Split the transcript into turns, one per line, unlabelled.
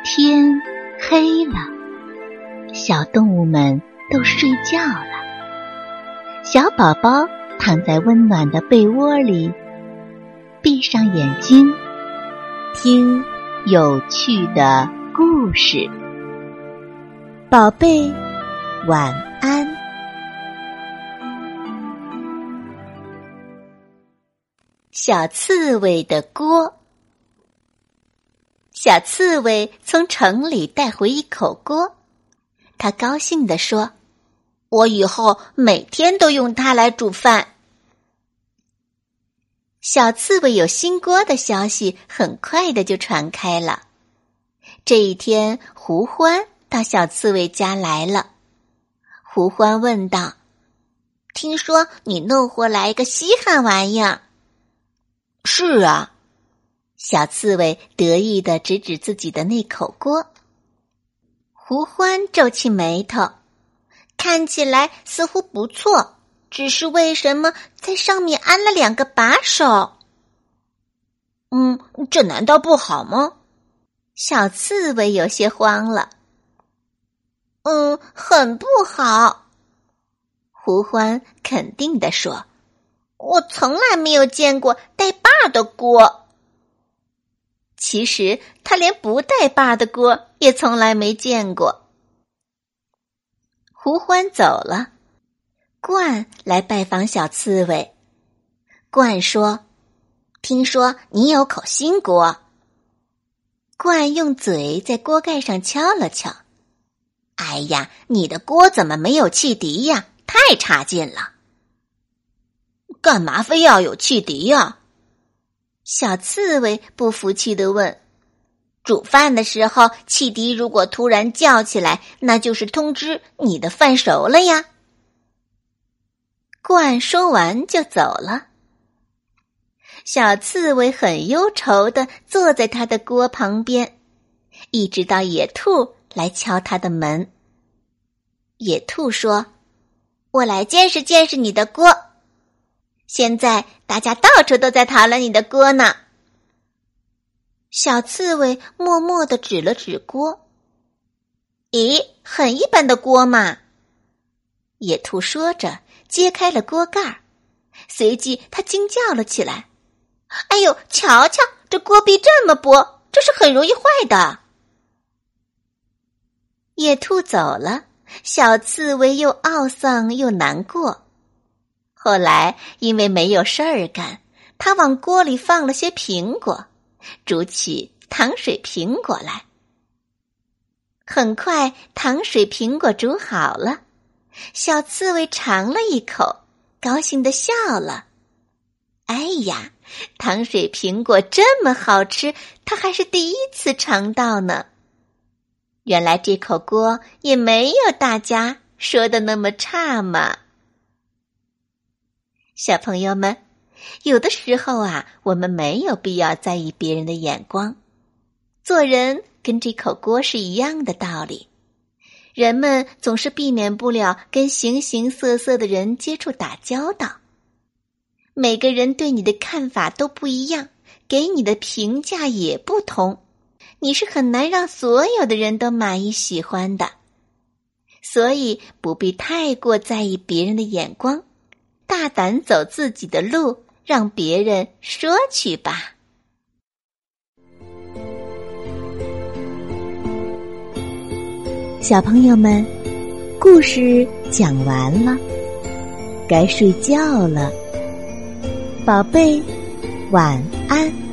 天黑了，小动物们都睡觉了。小宝宝躺在温暖的被窝里，闭上眼睛，听有趣的故事。宝贝，晚安。小刺猬的锅。小刺猬从城里带回一口锅，他高兴地说：“我以后每天都用它来煮饭。”小刺猬有新锅的消息很快的就传开了。这一天，胡欢到小刺猬家来了。胡欢问道：“听说你弄回来一个稀罕玩意儿？”“是啊。”小刺猬得意地指指自己的那口锅。胡欢皱起眉头，看起来似乎不错，只是为什么在上面安了2个把手？这难道不好吗？小刺猬有些慌了。很不好。胡欢肯定地说：“我从来没有见过带把的锅。”其实他连不带把的锅也从来没见过。胡欢走了，鹳来拜访小刺猬。鹳说：“听说你有口新锅。”鹳用嘴在锅盖上敲了敲。“哎呀，你的锅怎么没有汽笛呀？太差劲了。”“干嘛非要有汽笛呀？”小刺猬不服气地问。“煮饭的时候，汽笛如果突然叫起来，那就是通知你的饭熟了呀。”鹳说完就走了。小刺猬很忧愁地坐在他的锅旁边，一直到野兔来敲他的门。野兔说：“我来见识见识你的锅。现在大家到处都在讨论你的锅呢。”小刺猬默默地指了指锅。“咦，很一般的锅嘛。”野兔说着揭开了锅盖，随即他惊叫了起来：“哎呦，瞧瞧，这锅壁这么薄，这是很容易坏的。”野兔走了，小刺猬又懊丧又难过。后来因为没有事儿干，他往锅里放了些苹果，煮起糖水苹果来。很快糖水苹果煮好了，小刺猬尝了一口，高兴地笑了。哎呀，糖水苹果这么好吃，他还是第一次尝到呢。原来这口锅也没有大家说的那么差嘛。小朋友们，有的时候啊，我们没有必要在意别人的眼光。做人跟这口锅是一样的道理。人们总是避免不了跟形形色色的人接触打交道。每个人对你的看法都不一样，给你的评价也不同，你是很难让所有的人都满意喜欢的。所以不必太过在意别人的眼光，大胆走自己的路，让别人说去吧。小朋友们，故事讲完了，该睡觉了。宝贝，晚安。